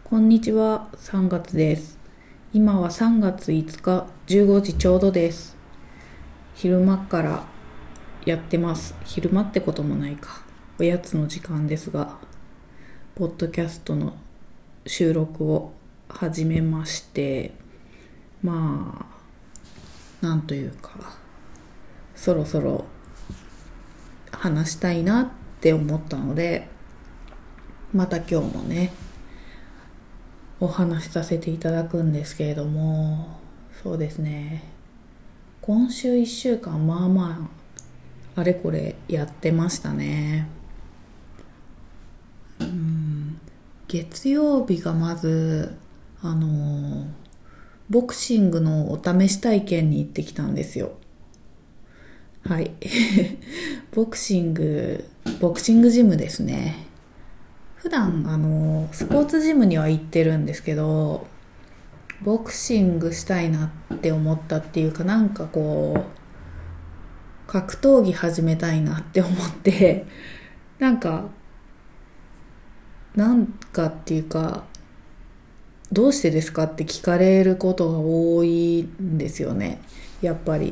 こんにちは、3月です。今は3月5日、15時ちょうどです。昼間からやってます。昼間ってこともないか。おやつの時間ですが、ポッドキャストの収録を始めまして、なんというか、そろそろ話したいなって思ったので、また今日もね、お話しさせていただくんですけれども、そうですね、今週1週間あれこれやってましたね。月曜日がまずボクシングのお試し体験に行ってきたんですよ。はいボクシングジムですね。普段スポーツジムには行ってるんですけど、ボクシングしたいなって思ったっていうか、なんかこう格闘技始めたいなって思ってなんかっていうか、どうしてですかって聞かれることが多いんですよね。やっぱり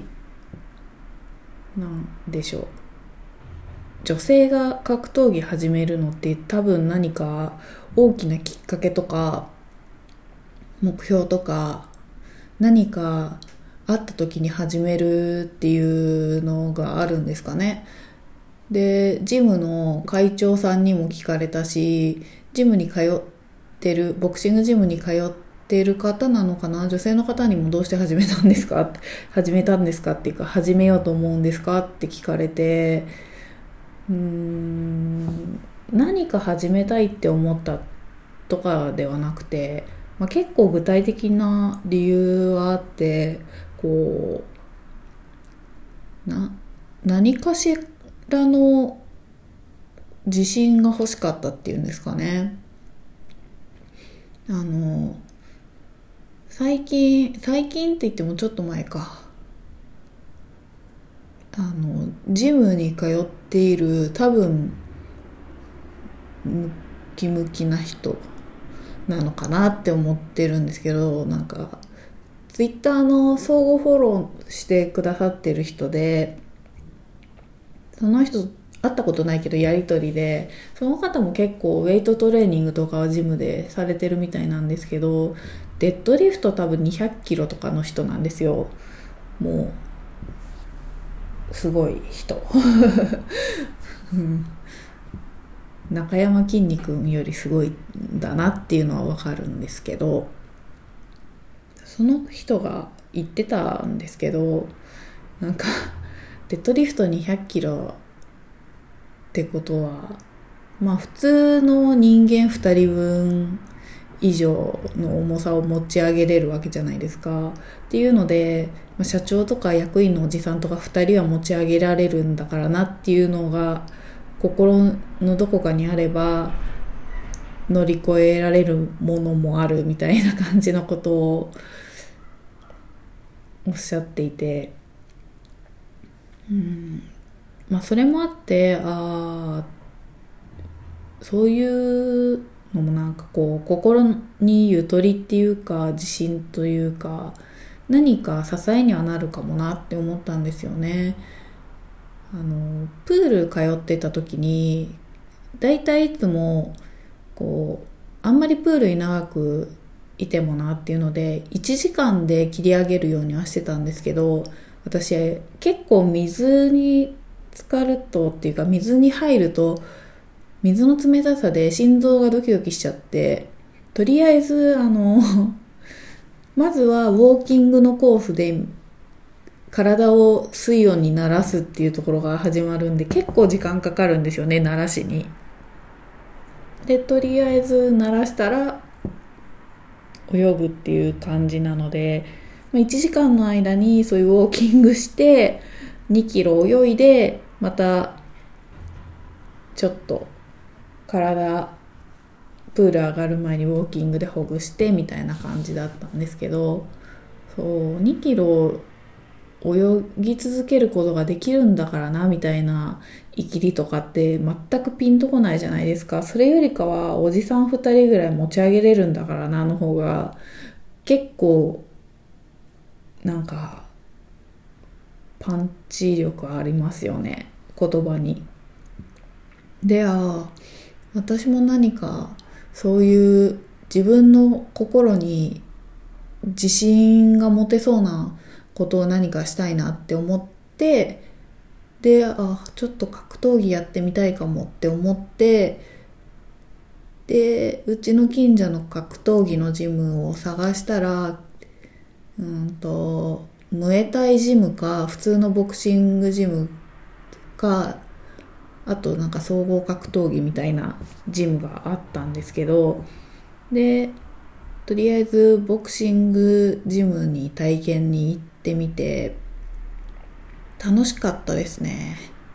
なんでしょう、女性が格闘技始めるのって多分何か大きなきっかけとか目標とか何かあった時に始めるっていうのがあるんですかね。でジムの会長さんにも聞かれたし、ボクシングジムに通ってる方なのかな、女性の方にもどうして始めたんですかっていうか、始めようと思うんですかって聞かれて、何か始めたいって思ったとかではなくて、結構具体的な理由はあって、こ何かしらの自信が欲しかったっていうんですかね。最近って言ってもちょっと前か、ジムに通っている多分ムキムキな人なのかなって思ってるんですけど、なんかツイッターの相互フォローしてくださってる人で、その人会ったことないけどやり取りで、その方も結構ウェイトトレーニングとかはジムでされてるみたいなんですけど、デッドリフト多分200キロとかの人なんですよ。もうすごい人中山きんに君よりすごいんだなっていうのは分かるんですけど、その人が言ってたんですけど、なんかデッドリフト200キロってことは、普通の人間2人分以上の重さを持ち上げれるわけじゃないですか。っていうので、社長とか役員のおじさんとか2人は持ち上げられるんだからなっていうのが心のどこかにあれば乗り越えられるものもあるみたいな感じのことをおっしゃっていて、それもあって、そういうのもなんかこう心にゆとりっていうか自信というか、何か支えにはなるかもなって思ったんですよね。プール通ってた時にだいたいいつもこうあんまりプールに長くいてもなっていうので1時間で切り上げるようにはしてたんですけど、私結構水に浸かるとっていうか、水に入ると水の冷たさで心臓がドキドキしちゃって、とりあえずまずはウォーキングのコースで体を水温に慣らすっていうところが始まるんで、結構時間かかるんですよね、慣らしに。でとりあえず慣らしたら泳ぐっていう感じなので、1時間の間にそういうウォーキングして2キロ泳いで、またちょっと体プール上がる前にウォーキングでほぐしてみたいな感じだったんですけど、そう2キロ泳ぎ続けることができるんだからなみたいなイキリとかって全くピンとこないじゃないですか。それよりかはおじさん2人ぐらい持ち上げれるんだからなの方が結構なんかパンチ力ありますよね、言葉に。で、私も何かそういう自分の心に自信が持てそうなことを何かしたいなって思って、で、ちょっと格闘技やってみたいかもって思って、で、うちの近所の格闘技のジムを探したら、ムエタイジムか普通のボクシングジムか、あとなんか総合格闘技みたいなジムがあったんですけど、でとりあえずボクシングジムに体験に行ってみて楽しかったですね。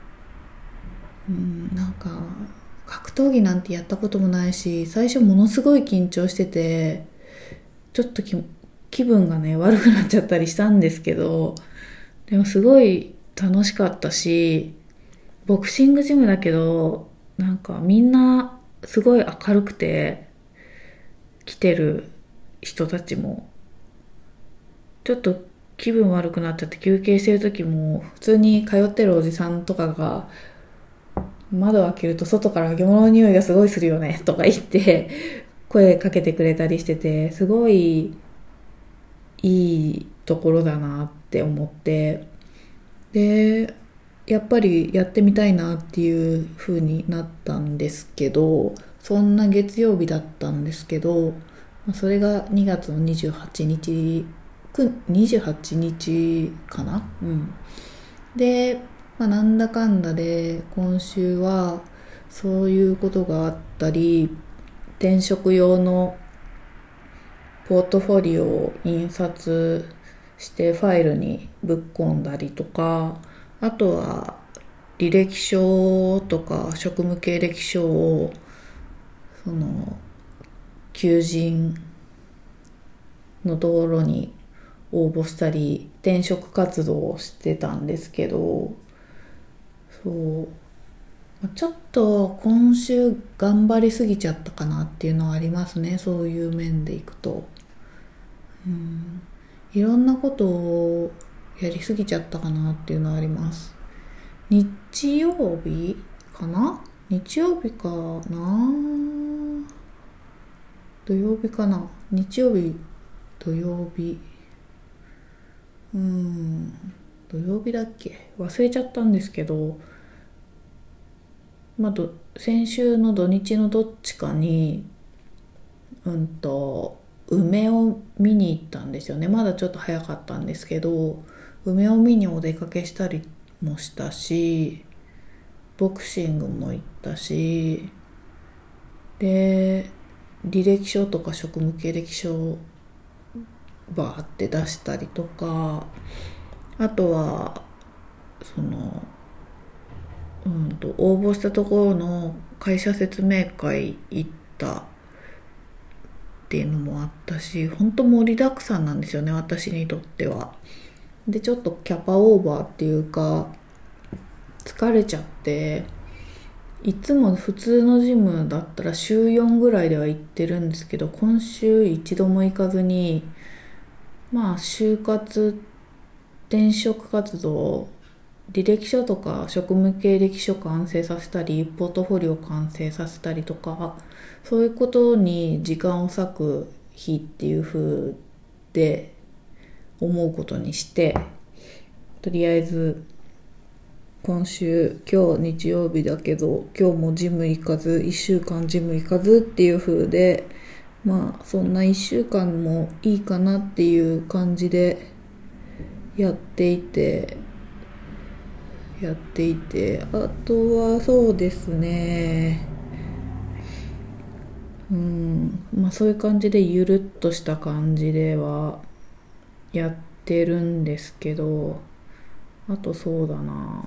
なんか格闘技なんてやったこともないし、最初ものすごい緊張しててちょっと気分がね悪くなっちゃったりしたんですけど、でもすごい楽しかったし、ボクシングジムだけどなんかみんなすごい明るくて、来てる人たちもちょっと気分悪くなっちゃって休憩してる時も普通に通ってるおじさんとかが窓を開けると外から揚げ物の匂いがすごいするよねとか言って声かけてくれたりしてて、すごいいいところだなって思って、でやっぱりやってみたいなっていう風になったんですけど、そんな月曜日だったんですけど、それが2月の28日28日かな。で、なんだかんだで今週はそういうことがあったり、転職用のポートフォリオを印刷してファイルにぶっ込んだりとか、あとは履歴書とか職務経歴書をその求人の道路に応募したり転職活動をしてたんですけど、ちょっと今週頑張りすぎちゃったかなっていうのはありますね。そういう面でいくと、いろんなことをやりすぎちゃったかなっていうのはあります。日曜日かな、日曜日かな、土曜日かな、日曜日、土曜日、土曜日だっけ忘れちゃったんですけど、先週の土日のどっちかに梅を見に行ったんですよね。まだちょっと早かったんですけど、梅を見にお出かけしたりもしたし、ボクシングも行ったし、で履歴書とか職務経歴書をバーって出したりとか、あとは応募したところの会社説明会行ったっていうのもあったし、本当盛りだくさんなんですよね、私にとっては。でちょっとキャパオーバーっていうか疲れちゃって、いつも普通のジムだったら週4ぐらいでは行ってるんですけど、今週一度も行かずに、就活、転職活動、履歴書とか職務経歴書完成させたりポートフォリオ完成させたりとか、そういうことに時間を割く日っていう風で思うことにして、とりあえず今日日曜日だけど今日もジム行かず、1週間ジム行かずっていう風で、そんな1週間もいいかなっていう感じでやっていて、あとはそうですね、そういう感じでゆるっとした感じではやってるんですけど、あとそうだな、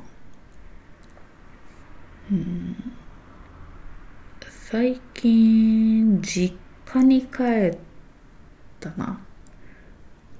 最近実家に帰ったな。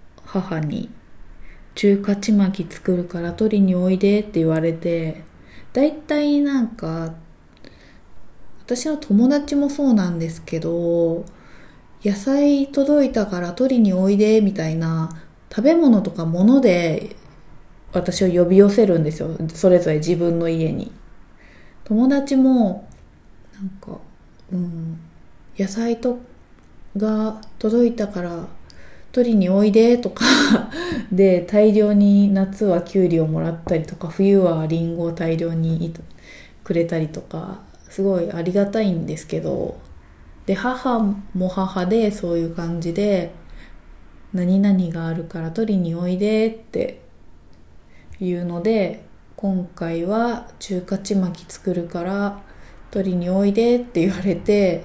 母に中華ちまき作るから取りにおいでって言われて、 だいたいなんか私の友達もそうなんですけど、野菜届いたから取りにおいでみたいな食べ物とか物で私を呼び寄せるんですよ、それぞれ自分の家に。友達もなんか、野菜とが届いたから取りにおいでとかで、大量に夏はキュウリをもらったりとか、冬はリンゴを大量にくれたりとか、すごいありがたいんですけど、で母も母でそういう感じで、何々があるから取りにおいでっていうので、今回は中華ちまき作るから取りにおいでって言われて、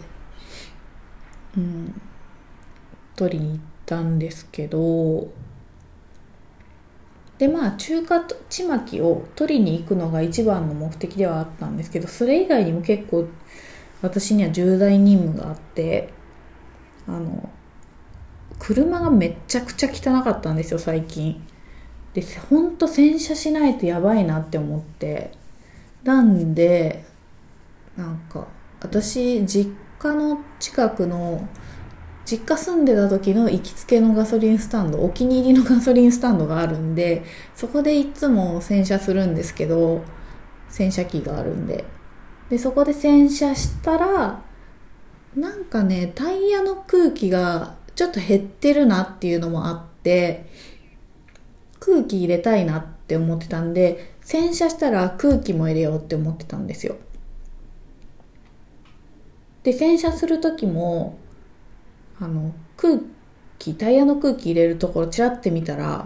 取りに行ったんですけど、で中華ちまきを取りに行くのが一番の目的ではあったんですけど、それ以外にも結構私には重大任務があって、車がめっちゃくちゃ汚かったんですよ最近で。ほんと洗車しないとやばいなって思って、なんでなんか私実家の近くの、実家住んでた時の行きつけのガソリンスタンド、お気に入りのガソリンスタンドがあるんで、そこでいつも洗車するんですけど、洗車機があるんで、そこで洗車したら、なんかね、タイヤの空気がちょっと減ってるなっていうのもあって、空気入れたいなって思ってたんで、洗車したら空気も入れようって思ってたんですよ。で洗車する時もタイヤの空気入れるところちらって見たら、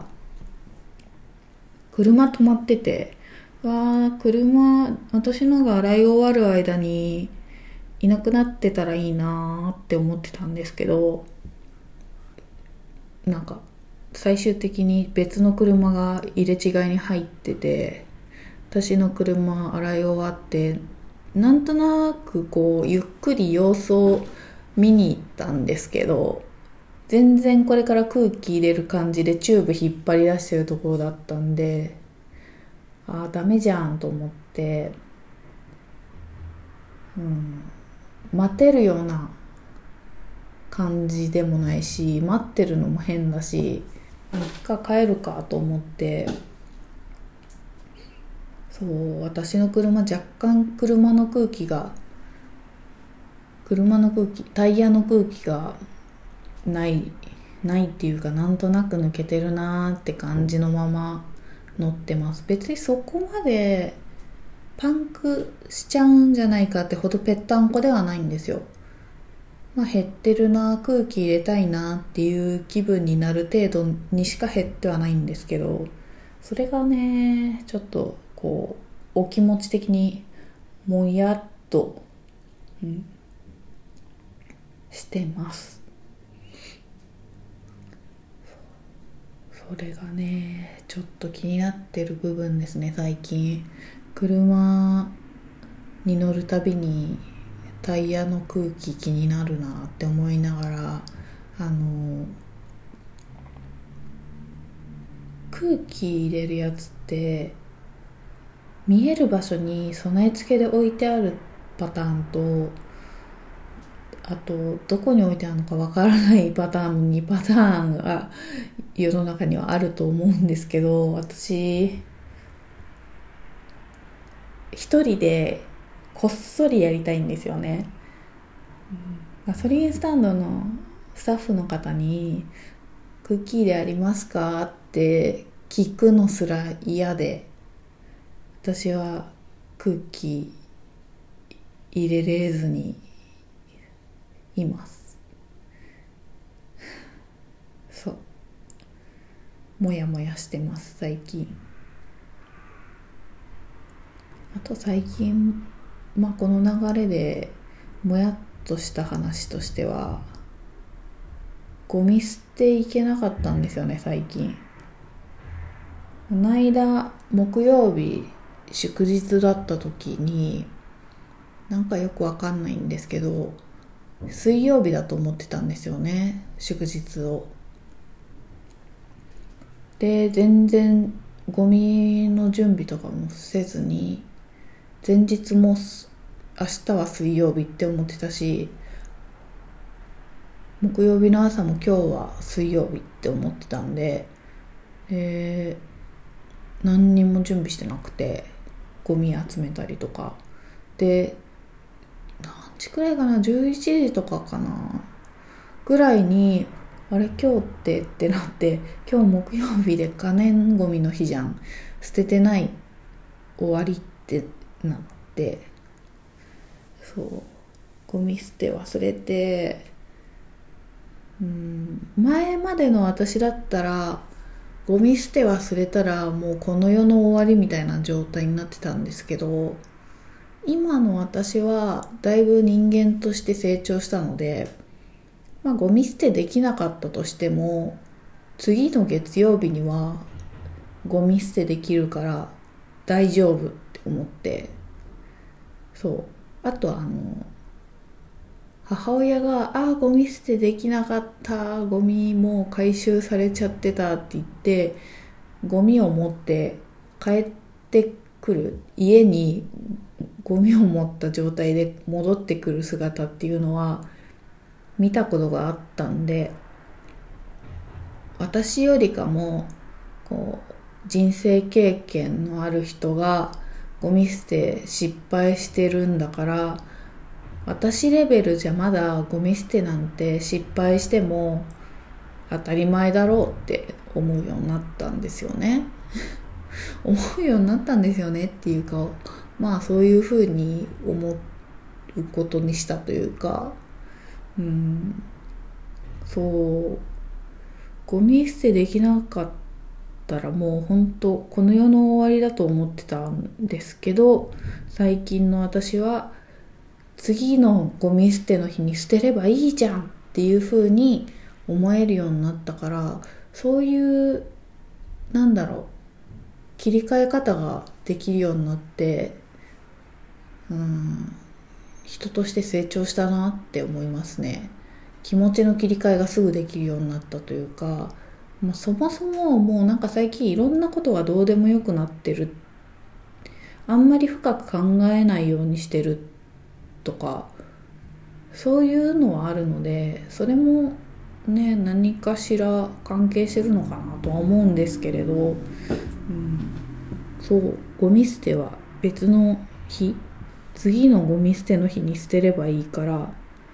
車止まってて、私のが洗い終わる間にいなくなってたらいいなって思ってたんですけど、なんか最終的に別の車が入れ違いに入ってて、私の車洗い終わって、なんとなくゆっくり様子を見に行ったんですけど、全然これから空気入れる感じでチューブ引っ張り出してるところだったんで、ダメじゃんと思って、待てるような感じでもないし、待ってるのも変だし、一回帰るかと思って、私の車若干タイヤの空気がないっていうか、なんとなく抜けてるなーって感じのまま乗ってます。別にそこまでパンクしちゃうんじゃないかってほどぺったんこではないんですよ。減ってるな、空気入れたいなっていう気分になる程度にしか減ってはないんですけど、それがね、ちょっとお気持ち的にもやっと、してます。それがね、ちょっと気になってる部分ですね。最近車に乗るたびにタイヤの空気気になるなって思いながら、空気入れるやつって見える場所に備え付けで置いてあるパターンと、あとどこに置いてあるのかわからないパターン、2パターンが世の中にはあると思うんですけど、私一人でこっそりやりたいんですよね。ガソリンスタンドのスタッフの方に空気入れありますかって聞くのすら嫌で、私は空気入れれずにいます。もやもやしてます最近。あと最近、この流れでもやっとした話としては、ゴミ捨て行けなかったんですよね最近。この間木曜日祝日だった時に、なんかよくわかんないんですけど、水曜日だと思ってたんですよね、祝日を。で全然ゴミの準備とかもせずに前日も明日は水曜日って思ってたし、木曜日の朝も今日は水曜日って思ってたんで、何にも準備してなくて、ゴミ集めたりとかで、何時くらいかな、11時とかかなぐらいに、あれ今日ってなって、今日木曜日で可燃ゴミの日じゃん、捨ててない、終わりってなって、そうゴミ捨て忘れて、前までの私だったらゴミ捨て忘れたらもうこの世の終わりみたいな状態になってたんですけど、今の私はだいぶ人間として成長したので、ゴミ捨てできなかったとしても次の月曜日にはゴミ捨てできるから大丈夫って思って、あと母親がゴミ捨てできなかった、ゴミもう回収されちゃってたって言ってゴミを持って帰ってくる、家にゴミを持った状態で戻ってくる姿っていうのは見たことがあったんで、私よりかも人生経験のある人がゴミ捨て失敗してるんだから、私レベルじゃまだゴミ捨てなんて失敗しても当たり前だろうって思うようになったんですよね思うようになったんですよねっていうか、そういうふうに思うことにしたというか、ゴミ捨てできなかったらもう本当この世の終わりだと思ってたんですけど、最近の私は次のゴミ捨ての日に捨てればいいじゃんっていう風に思えるようになったから、そういう切り替え方ができるようになって、人として成長したなって思いますね。気持ちの切り替えがすぐできるようになったというか、そもそももう最近いろんなことがどうでもよくなってる、あんまり深く考えないようにしてるとか、そういうのはあるので、それもね何かしら関係してるのかなとは思うんですけれど、ゴミ捨ては別の日、次のゴミ捨ての日に捨てればいいから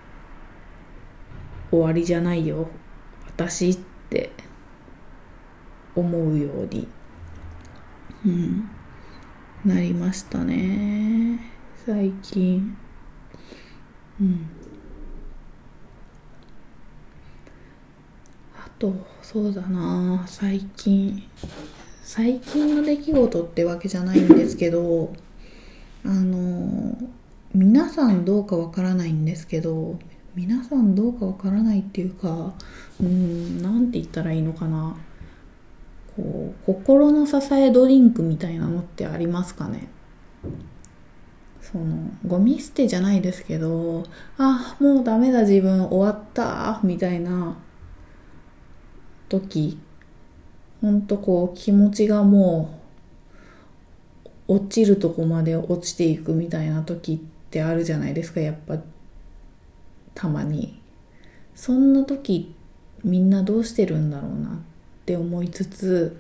終わりじゃないよ私って思うように、なりましたね最近。あとそうだな、最近の出来事ってわけじゃないんですけど、皆さんどうかわからないんですけど、皆さんどうかわからないっていうか、なんて言ったらいいのかな、心の支えドリンクみたいなのってありますかね。ゴミ捨てじゃないですけど、もうダメだ自分終わったみたいな時、ほんと気持ちがもう落ちるとこまで落ちていくみたいな時ってあるじゃないですか、やっぱたまに。そんな時みんなどうしてるんだろうなって思いつつ、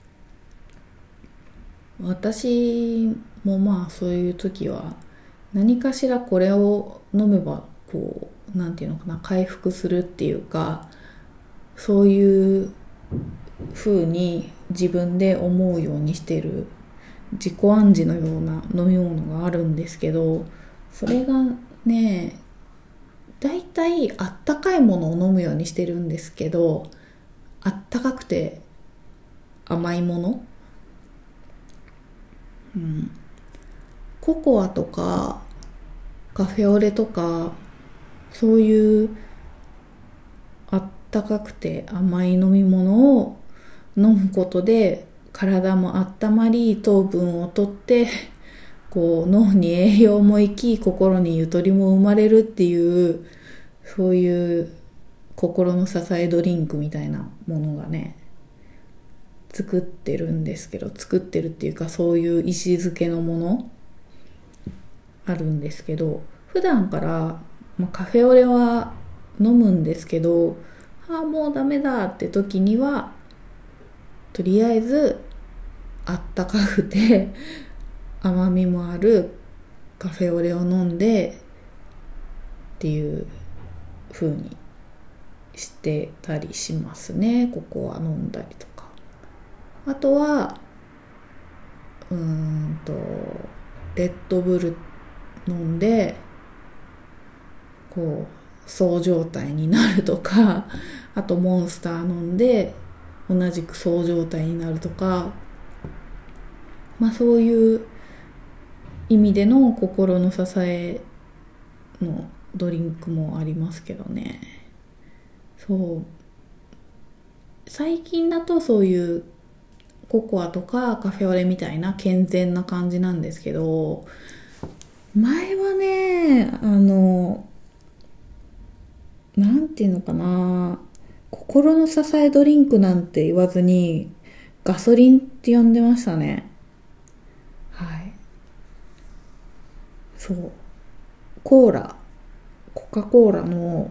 私もそういう時は何かしらこれを飲めばなんていうのかな、回復するっていうか、そういう風に自分で思うようにしてる自己暗示のような飲み物があるんですけど、それがね、だいたいあったかいものを飲むようにしてるんですけど、あったかくて甘いもの、ココアとかカフェオレとか、そういうあったかくて甘い飲み物を飲むことで体も温まり、糖分をとって脳に栄養も行き、心にゆとりも生まれるっていう、そういう心の支えドリンクみたいなものがね作ってるんですけど、作ってるっていうか、そういう位置づけのものあるんですけど、普段から、カフェオレは飲むんですけど、もうダメだって時にはとりあえずあったかくて甘みもあるカフェオレを飲んでっていう風にしてたりしますね。ココア飲んだりとか、あとはレッドブル飲んでこうそう状態になるとか、あとモンスター飲んで同じくそう状態になるとか、そういう意味での心の支えのドリンクもありますけどね。そう最近だとそういうココアとかカフェオレみたいな健全な感じなんですけど、前はねなんていうのかな、心の支えドリンクなんて言わずにガソリンって呼んでましたね。はい。そうコカ・コーラの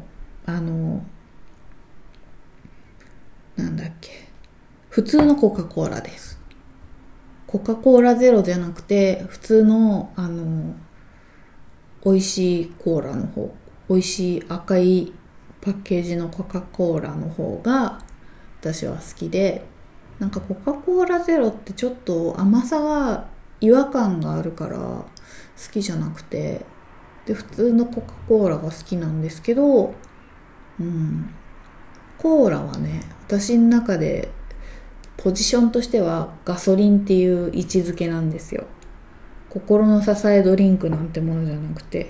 なんだっけ、普通のコカ・コーラです。コカ・コーラゼロじゃなくて普通の美味しいコーラの方、美味しい赤いパッケージのコカ・コーラの方が私は好きで、なんかコカ・コーラゼロってちょっと甘さが違和感があるから好きじゃなくて、で普通のコカ・コーラが好きなんですけど、コーラはね、私の中でポジションとしてはガソリンっていう位置づけなんですよ。心の支えドリンクなんてものじゃなくて、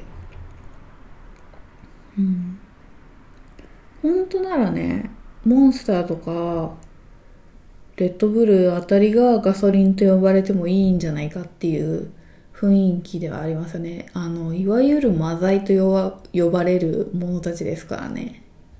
本当ならね、モンスターとかレッドブルあたりがガソリンと呼ばれてもいいんじゃないかっていう雰囲気ではありますね。いわゆるマザイと呼ばれるものたちですからね。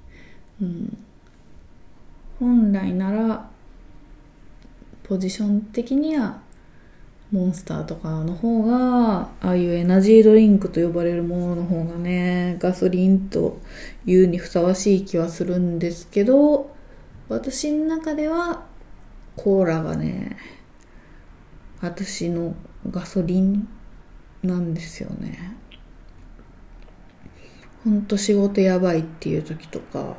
本来ならポジション的にはモンスターとかの方が、ああいうエナジードリンクと呼ばれるものの方がね、ガソリンというにふさわしい気はするんですけど、私の中ではコーラがね、私のガソリンなんですよね。ほんと仕事やばいっていう時とか、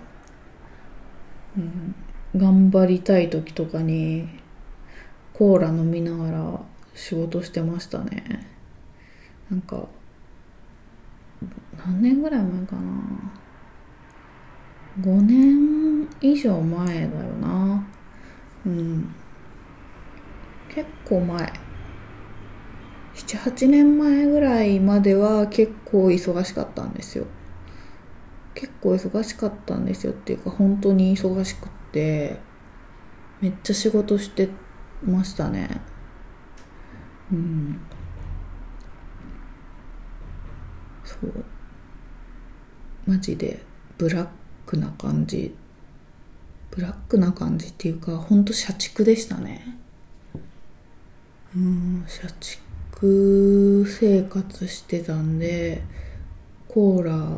頑張りたい時とかにコーラ飲みながら仕事してましたね。なんか何年ぐらい前かな、5年以上前だよな。結構前、7、8年前ぐらいまでは結構忙しかったんですよ。結構忙しかったんですよっていうか、本当に忙しくってめっちゃ仕事してましたね。そうマジでブラックな感じっていうか、ほんと社畜でしたね。社畜生活してたんで、コーラ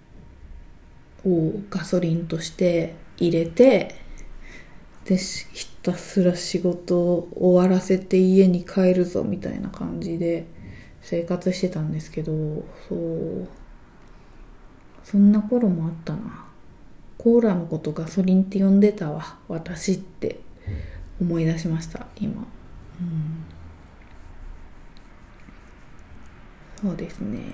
をガソリンとして入れて、でひたすら仕事を終わらせて家に帰るぞみたいな感じで生活してたんですけど、そんな頃もあったな。コーラのことガソリンって呼んでたわ私って思い出しました今。そうですね。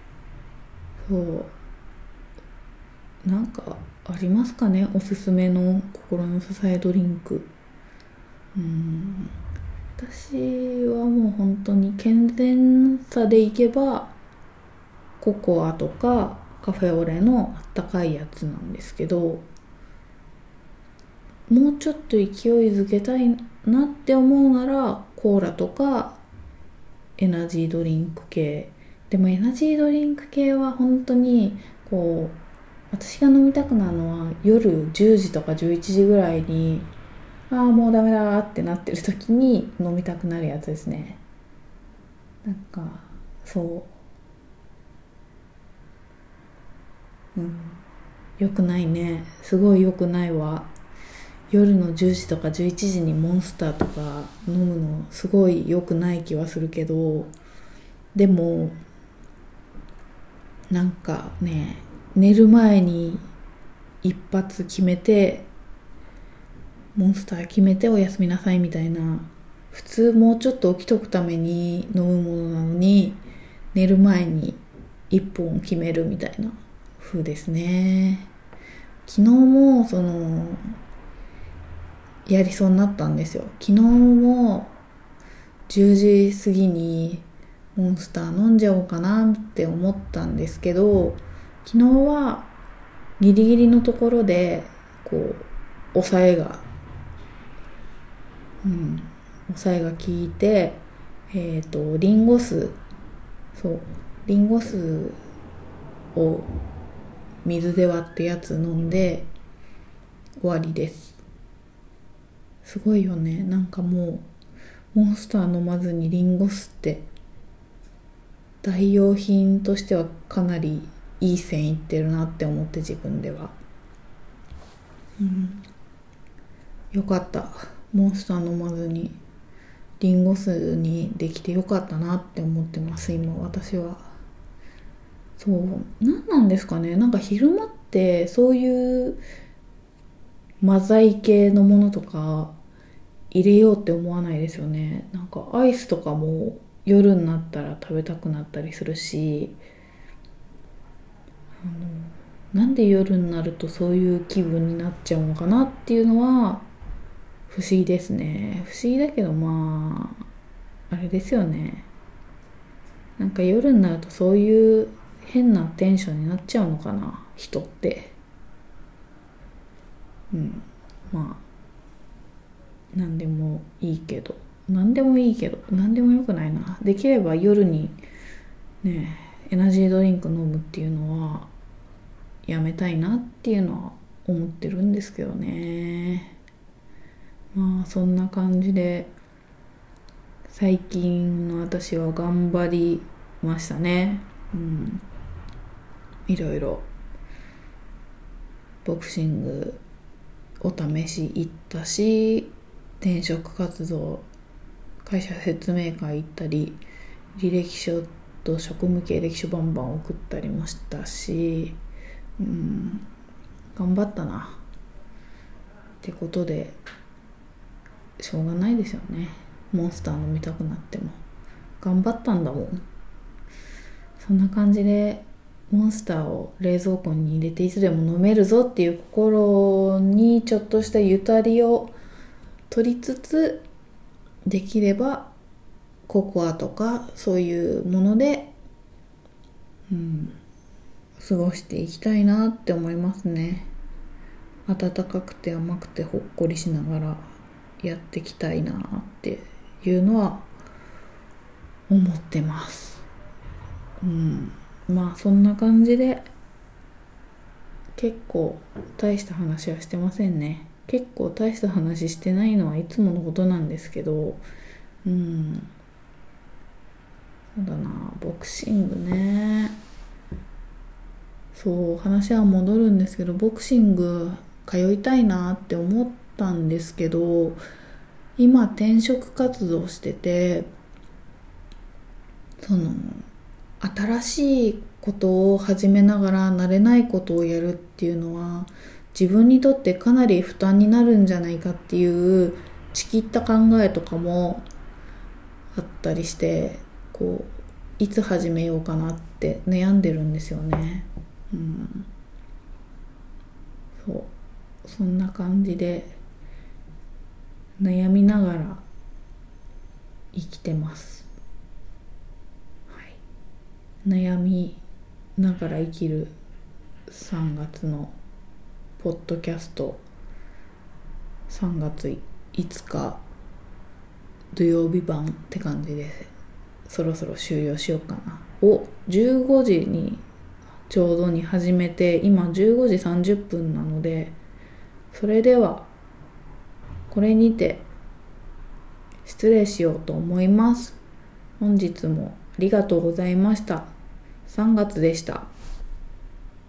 なんかありますかね、おすすめの心の支えドリンク。私はもう本当に健全さでいけばココアとかカフェオレのあったかいやつなんですけど、もうちょっと勢いづけたいなって思うならコーラとかエナジードリンク系。でもエナジードリンク系は本当に私が飲みたくなるのは夜10時とか11時ぐらいに、もうダメだってなってる時に飲みたくなるやつですね。なんか良くないね。すごい良くないわ。夜の10時とか11時にモンスターとか飲むのすごい良くない気はするけど、でもなんかね、寝る前に一発決めて、モンスター決めておやすみなさいみたいな、普通もうちょっと起きとくために飲むものなのに、寝る前に一本決めるみたいな風ですね。昨日もやりそうになったんですよ。昨日も10時過ぎにモンスター飲んじゃおうかなって思ったんですけど、昨日はギリギリのところで抑えが効いて、リンゴ酢を水で割ってやつ飲んで終わりです。すごいよね。なんかもうモンスター飲まずにリンゴ酢って代用品としてはかなりいい線いってるなって思って、自分ではよかった。モンスター飲まずにリンゴ酢にできてよかったなって思ってます、今私は。何なんですかね。なんか昼間ってそういうマザイ系のものとか入れようって思わないですよね。なんかアイスとかも夜になったら食べたくなったりするし、なんで夜になるとそういう気分になっちゃうのかなっていうのは不思議ですね。不思議だけど、あれですよね。なんか夜になるとそういう変なテンションになっちゃうのかな、人って。何でもいいけど何でもよくないな。できれば夜にねエナジードリンク飲むっていうのはやめたいなっていうのは思ってるんですけどね。そんな感じで最近の私は頑張りましたね。いろいろボクシングお試し行ったし、転職活動、会社説明会行ったり、履歴書と職務経歴書バンバン送ったりもしたし、頑張ったなってことでしょうがないですよね。モンスター飲みたくなっても頑張ったんだもん。そんな感じでモンスターを冷蔵庫に入れていつでも飲めるぞっていう心にちょっとしたゆとりを取りつつ、できればココアとかそういうもので過ごしていきたいなって思いますね。温かくて甘くてほっこりしながらやっていきたいなっていうのは思ってます。そんな感じで結構大した話はしてませんね。結構大した話してないのはいつものことなんですけど、そうだな、ボクシングね。話は戻るんですけど、ボクシング通いたいなって思ったんですけど、今転職活動してて、新しいことを始めながら慣れないことをやるっていうのは自分にとってかなり負担になるんじゃないかっていうちきった考えとかもあったりして、いつ始めようかなって悩んでるんですよね。そんな感じで悩みながら生きてます。悩みながら生きる3月のポッドキャスト、3月5日土曜日版って感じでそろそろ終了しようかな。15時にちょうどに始めて、今15時30分なので、それではこれにて失礼しようと思います。本日もありがとうございました。3月でした。